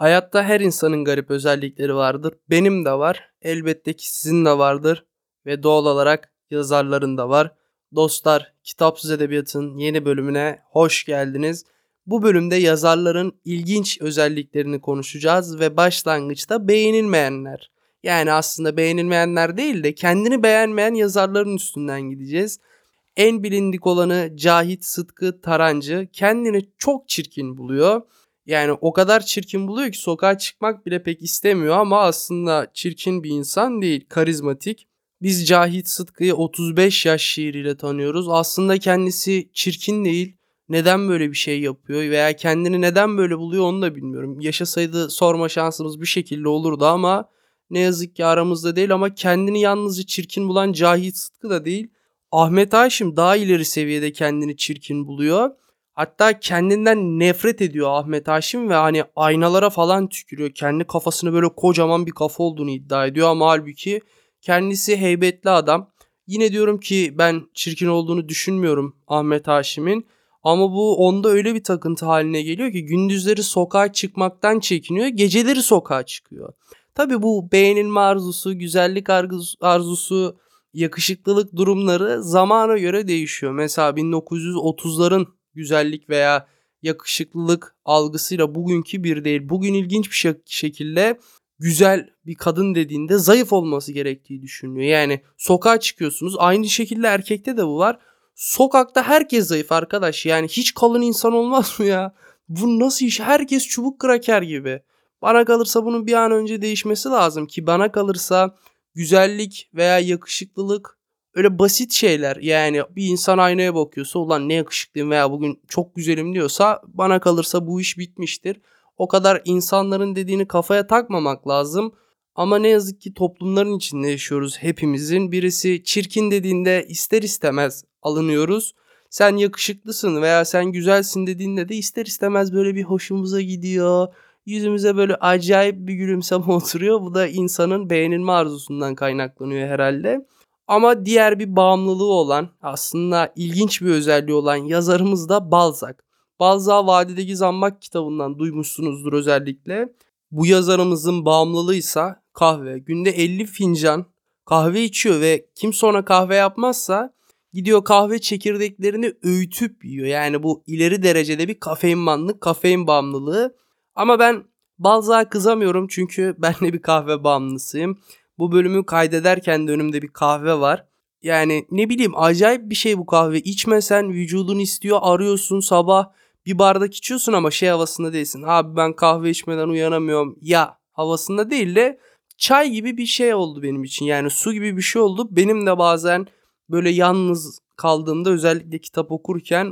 Hayatta her insanın garip özellikleri vardır. Benim de var. Elbette ki sizin de vardır. Ve doğal olarak yazarların da var. Dostlar, Kitapsız Edebiyat'ın yeni bölümüne hoş geldiniz. Bu bölümde yazarların ilginç özelliklerini konuşacağız ve başlangıçta beğenilmeyenler. Yani aslında beğenilmeyenler değil de kendini beğenmeyen yazarların üstünden gideceğiz. En bilindik olanı Cahit Sıtkı Tarancı kendini çok çirkin buluyor. Yani o kadar çirkin buluyor ki sokağa çıkmak bile pek istemiyor ama aslında çirkin bir insan değil, karizmatik. Biz Cahit Sıtkı'yı 35 yaş şiiriyle tanıyoruz. Aslında kendisi çirkin değil. Neden böyle bir şey yapıyor veya kendini neden böyle buluyor onu da bilmiyorum. Yaşasaydı sorma şansımız bir şekilde olurdu ama ne yazık ki aramızda değil ama kendini yalnızca çirkin bulan Cahit Sıtkı da değil. Ahmet Haşim daha ileri seviyede kendini çirkin buluyor. Hatta kendinden nefret ediyor Ahmet Haşim ve hani aynalara falan tükürüyor. Kendi kafasını böyle kocaman bir kafa olduğunu iddia ediyor ama halbuki kendisi heybetli adam. Yine diyorum ki ben çirkin olduğunu düşünmüyorum Ahmet Haşim'in. Ama bu onda öyle bir takıntı haline geliyor ki gündüzleri sokağa çıkmaktan çekiniyor, geceleri sokağa çıkıyor. Tabii bu beğenilme arzusu, güzellik arzusu, yakışıklılık durumları zamana göre değişiyor. Mesela 1930'ların güzellik veya yakışıklılık algısıyla bugünkü bir değil. Bugün ilginç bir şekilde güzel bir kadın dediğinde zayıf olması gerektiği düşünülüyor. Yani sokağa çıkıyorsunuz. Aynı şekilde erkekte de bu var. Sokakta herkes zayıf arkadaş. Yani hiç kalın insan olmaz mı ya? Bu nasıl iş? Herkes çubuk kraker gibi. Bana kalırsa bunun bir an önce değişmesi lazım ki bana kalırsa güzellik veya yakışıklılık öyle basit şeyler. Yani bir insan aynaya bakıyorsa ulan ne yakışıklıyım veya bugün çok güzelim diyorsa bana kalırsa bu iş bitmiştir. O kadar insanların dediğini kafaya takmamak lazım. Ama ne yazık ki toplumların içinde yaşıyoruz hepimizin. Birisi çirkin dediğinde ister istemez alınıyoruz. Sen yakışıklısın veya sen güzelsin dediğinde de ister istemez böyle bir hoşumuza gidiyor. Yüzümüze böyle acayip bir gülümseme oturuyor. Bu da insanın beğenilme arzusundan kaynaklanıyor herhalde. Ama diğer bir bağımlılığı olan, aslında ilginç bir özelliği olan yazarımız da Balzac. Balzac'ı Vadideki Zambak kitabından duymuşsunuzdur özellikle. Bu yazarımızın bağımlılığıysa kahve. Günde 50 fincan kahve içiyor ve kim sonra kahve yapmazsa gidiyor kahve çekirdeklerini öğütüp yiyor. Yani bu ileri derecede bir kafeinmanlık, kafein bağımlılığı. Ama ben Balzac'a kızamıyorum çünkü ben de bir kahve bağımlısıyım. Bu bölümü kaydederken de önümde bir kahve var. Yani ne bileyim acayip bir şey bu kahve. İçmesen vücudun istiyor, arıyorsun sabah bir bardak içiyorsun ama şey havasında değilsin. Abi ben kahve içmeden uyanamıyorum ya havasında değil de çay gibi bir şey oldu benim için. Yani su gibi bir şey oldu. Benim de bazen böyle yalnız kaldığımda özellikle kitap okurken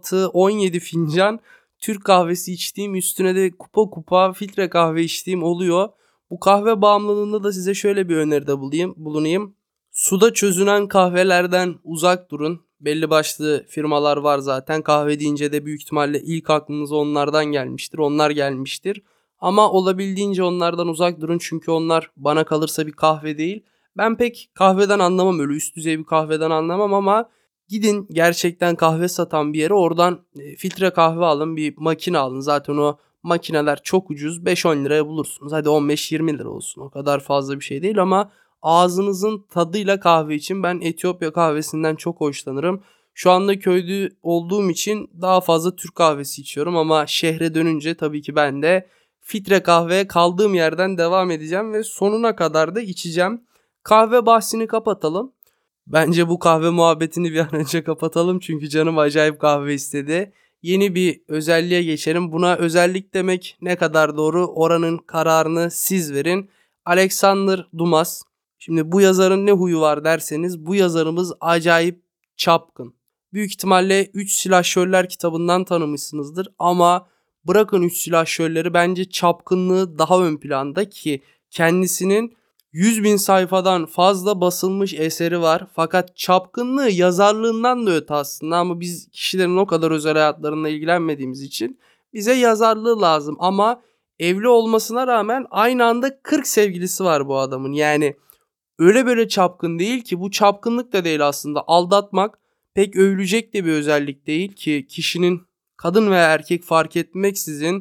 16-17 fincan Türk kahvesi içtiğim, üstüne de kupa kupa filtre kahve içtiğim oluyor. Bu kahve bağımlılığında da size şöyle bir öneride bulunayım. Suda çözünen kahvelerden uzak durun. Belli başlı firmalar var zaten. Kahve deyince de büyük ihtimalle ilk aklınıza onlardan gelmiştir. Onlar gelmiştir. Ama olabildiğince onlardan uzak durun çünkü onlar bana kalırsa bir kahve değil. Ben pek kahveden anlamam, öyle üst düzey bir kahveden anlamam ama gidin gerçekten kahve satan bir yere, oradan filtre kahve alın, bir makine alın. Zaten o makineler çok ucuz, 5-10 liraya bulursunuz. Hadi 15-20 lira olsun, o kadar fazla bir şey değil ama ağzınızın tadıyla kahve için ben Etiyopya kahvesinden çok hoşlanırım. Şu anda köyde olduğum için daha fazla Türk kahvesi içiyorum ama şehre dönünce tabii ki ben de filtre kahveye kaldığım yerden devam edeceğim ve sonuna kadar da içeceğim. Kahve bahsini kapatalım. Bence bu kahve muhabbetini bir an önce kapatalım çünkü canım acayip kahve istedi. Yeni bir özelliğe geçelim. Buna özellik demek ne kadar doğru, oranın kararını siz verin. Alexander Dumas. Şimdi bu yazarın ne huyu var derseniz bu yazarımız acayip çapkın. Büyük ihtimalle 3 Silahşörler kitabından tanımışsınızdır ama bırakın 3 Silahşörleri, bence çapkınlığı daha ön planda ki kendisinin 100.000 sayfadan fazla basılmış eseri var. Fakat çapkınlığı yazarlığından da öte aslında ama biz kişilerin o kadar özel hayatlarına ilgilenmediğimiz için bize yazarlığı lazım. Ama evli olmasına rağmen aynı anda 40 sevgilisi var bu adamın. Yani öyle böyle çapkın değil ki, bu çapkınlık da değil aslında. Aldatmak pek övülecek de bir özellik değil ki kişinin kadın veya erkek fark etmeksizin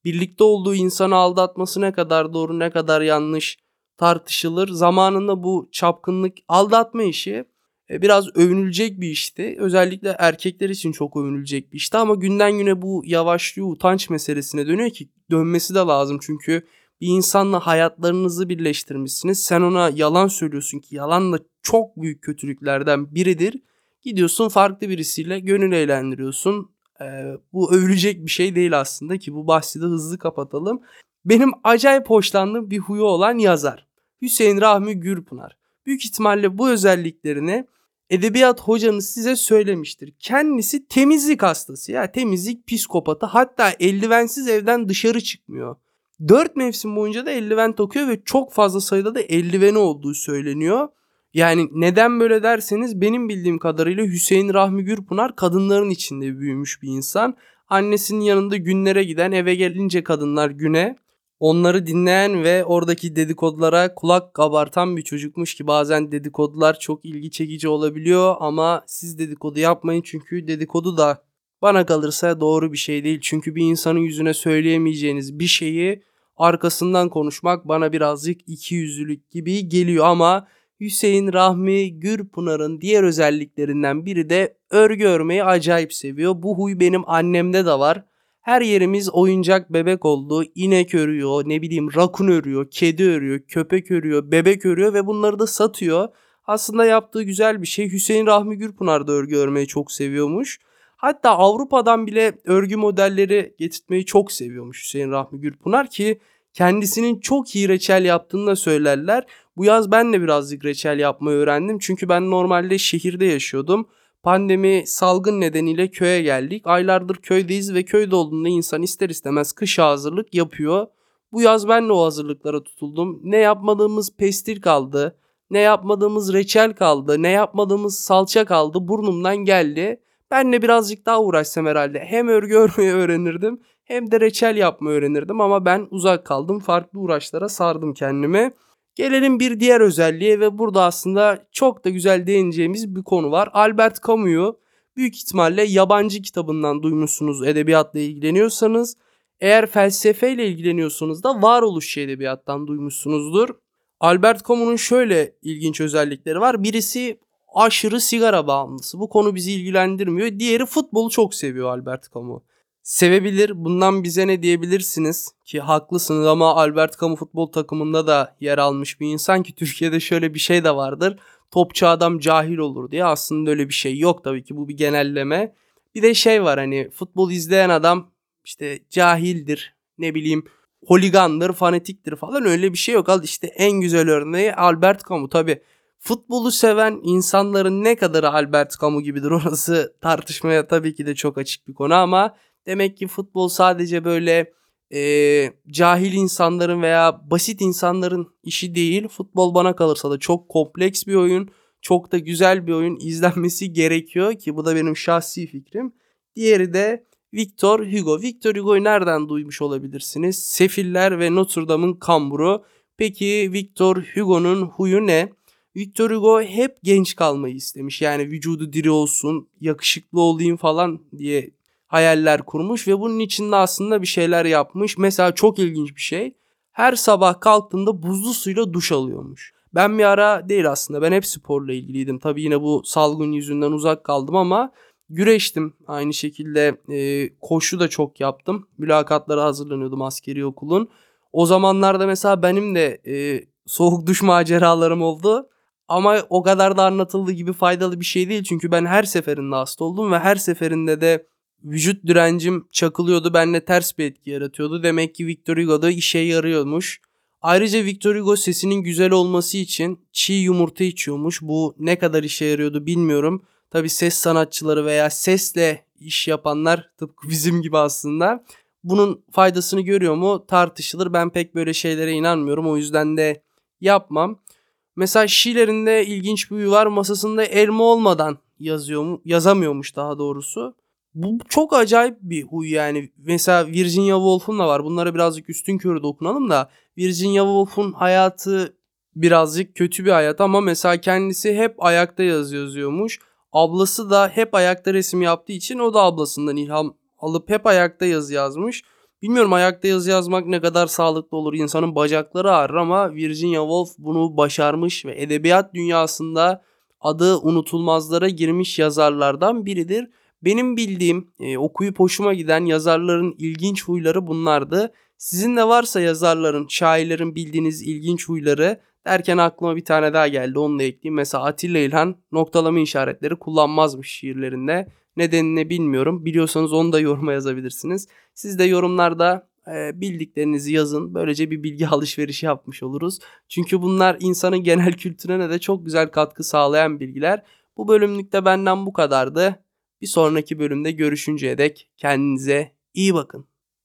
birlikte olduğu insanı aldatması ne kadar doğru ne kadar yanlış tartışılır. Zamanında bu çapkınlık aldatma işi biraz övünülecek bir işti. Özellikle erkekler için çok övünülecek bir işti ama günden güne bu yavaşlıyor, utanç meselesine dönüyor ki dönmesi de lazım. Çünkü bir insanla hayatlarınızı birleştirmişsiniz. Sen ona yalan söylüyorsun ki yalan da çok büyük kötülüklerden biridir. Gidiyorsun farklı birisiyle gönül eğlendiriyorsun. Bu övülecek bir şey değil aslında ki bu bahsi de hızlı kapatalım. Benim acayip hoşlandığım bir huyu olan yazar Hüseyin Rahmi Gürpınar. Büyük ihtimalle bu özelliklerini edebiyat hocanız size söylemiştir. Kendisi temizlik hastası ya, temizlik psikopatı, hatta eldivensiz evden dışarı çıkmıyor. 4 mevsim boyunca da eldiven takıyor ve çok fazla sayıda da eldiveni olduğu söyleniyor. Yani neden böyle derseniz benim bildiğim kadarıyla Hüseyin Rahmi Gürpınar kadınların içinde büyümüş bir insan. Annesinin yanında günlere giden, eve gelince kadınlar güne, onları dinleyen ve oradaki dedikodulara kulak kabartan bir çocukmuş ki bazen dedikodular çok ilgi çekici olabiliyor ama siz dedikodu yapmayın çünkü dedikodu da bana kalırsa doğru bir şey değil. Çünkü bir insanın yüzüne söyleyemeyeceğiniz bir şeyi arkasından konuşmak bana birazcık ikiyüzlülük gibi geliyor ama Hüseyin Rahmi Gürpınar'ın diğer özelliklerinden biri de örgü örmeyi acayip seviyor. Bu huy benim annemde de var. Her yerimiz oyuncak bebek oldu. İnek örüyor, ne bileyim rakun örüyor, kedi örüyor, köpek örüyor, bebek örüyor ve bunları da satıyor. Aslında yaptığı güzel bir şey. Hüseyin Rahmi Gürpınar da örgü örmeyi çok seviyormuş. Hatta Avrupa'dan bile örgü modelleri getirtmeyi çok seviyormuş Hüseyin Rahmi Gürpınar ki kendisinin çok iyi reçel yaptığını da söylerler. Bu yaz ben de birazcık reçel yapmayı öğrendim. Çünkü ben normalde şehirde yaşıyordum. Pandemi salgın nedeniyle köye geldik. Aylardır köydeyiz ve köyde olduğunda insan ister istemez kışa hazırlık yapıyor. Bu yaz ben de o hazırlıklara tutuldum. Ne yapmadığımız pestil kaldı, ne yapmadığımız reçel kaldı, ne yapmadığımız salça kaldı. Burnumdan geldi. Ben de birazcık daha uğraşsam herhalde hem örgü örmeyi öğrenirdim hem de reçel yapmayı öğrenirdim ama ben uzak kaldım. Farklı uğraşlara sardım kendimi. Gelelim bir diğer özelliğe ve burada aslında çok da güzel değineceğimiz bir konu var. Albert Camus'u büyük ihtimalle Yabancı kitabından duymuşsunuz edebiyatla ilgileniyorsanız. Eğer felsefeyle ilgileniyorsanız da Varoluşçu edebiyattan duymuşsunuzdur. Albert Camus'un şöyle ilginç özellikleri var. Birisi aşırı sigara bağımlısı. Bu konu bizi ilgilendirmiyor. Diğeri futbolu çok seviyor Albert Camus. Sevebilir. Bundan bize ne diyebilirsiniz? Ki haklısınız ama Albert Camus futbol takımında da yer almış bir insan ki Türkiye'de şöyle bir şey de vardır. Topçu adam cahil olur diye. Aslında öyle bir şey yok tabii ki. Bu bir genelleme. Bir de şey var hani futbol izleyen adam işte cahildir. Ne bileyim holigandır, fanatiktir falan öyle bir şey yok. Al işte en güzel örneği Albert Camus. Tabii futbolu seven insanların ne kadarı Albert Camus gibidir orası tartışmaya tabii ki de çok açık bir konu ama demek ki futbol sadece böyle cahil insanların veya basit insanların işi değil. Futbol bana kalırsa da çok kompleks bir oyun. Çok da güzel bir oyun. İzlenmesi gerekiyor ki bu da benim şahsi fikrim. Diğeri de Victor Hugo. Victor Hugo'yu nereden duymuş olabilirsiniz? Sefiller ve Notre Dame'ın kamburu. Peki Victor Hugo'nun huyu ne? Victor Hugo hep genç kalmayı istemiş. Yani vücudu diri olsun, yakışıklı olayım falan diye hayaller kurmuş ve bunun içinde aslında bir şeyler yapmış. Mesela çok ilginç bir şey. Her sabah kalktığında buzlu suyla duş alıyormuş. Ben bir ara değil aslında. Ben hep sporla ilgiliydim. Tabii yine bu salgın yüzünden uzak kaldım ama güreştim. Aynı şekilde koşu da çok yaptım. Mülakatlara hazırlanıyordum askeri okulun. O zamanlarda mesela benim de soğuk duş maceralarım oldu. Ama o kadar da anlatıldığı gibi faydalı bir şey değil. Çünkü ben her seferinde hasta oldum ve her seferinde de vücut direncim çakılıyordu. Benimle ters bir etki yaratıyordu. Demek ki Victor Hugo'da işe yarıyormuş. Ayrıca Victor Hugo sesinin güzel olması için çiğ yumurta içiyormuş. Bu ne kadar işe yarıyordu bilmiyorum. Tabii ses sanatçıları veya sesle iş yapanlar tıpkı bizim gibi aslında. Bunun faydasını görüyor mu tartışılır. Ben pek böyle şeylere inanmıyorum. O yüzden de yapmam. Mesela Schiller'in ilginç bir huyu var. Masasında elma olmadan yazamıyormuş daha doğrusu. Bu çok acayip bir huy yani. Mesela Virginia Woolf'un da var. Bunlara birazcık üstünkörü dokunalım da. Virginia Woolf'un hayatı birazcık kötü bir hayat ama mesela kendisi hep ayakta yazıyormuş. Ablası da hep ayakta resim yaptığı için o da ablasından ilham alıp hep ayakta yazı yazmış. Bilmiyorum ayakta yazı yazmak ne kadar sağlıklı olur. İnsanın bacakları ağrır ama Virginia Woolf bunu başarmış ve edebiyat dünyasında adı unutulmazlara girmiş yazarlardan biridir. Benim bildiğim, okuyup hoşuma giden yazarların ilginç huyları bunlardı. Sizin de varsa yazarların, şairlerin bildiğiniz ilginç huyları derken aklıma bir tane daha geldi. Onu da ekleyeyim. Mesela Atilla İlhan noktalama işaretleri kullanmazmış şiirlerinde. Nedenini bilmiyorum. Biliyorsanız onu da yoruma yazabilirsiniz. Siz de yorumlarda bildiklerinizi yazın. Böylece bir bilgi alışverişi yapmış oluruz. Çünkü bunlar insanın genel kültürüne de çok güzel katkı sağlayan bilgiler. Bu bölümlükte benden bu kadardı. Bir sonraki bölümde görüşünceye dek kendinize iyi bakın.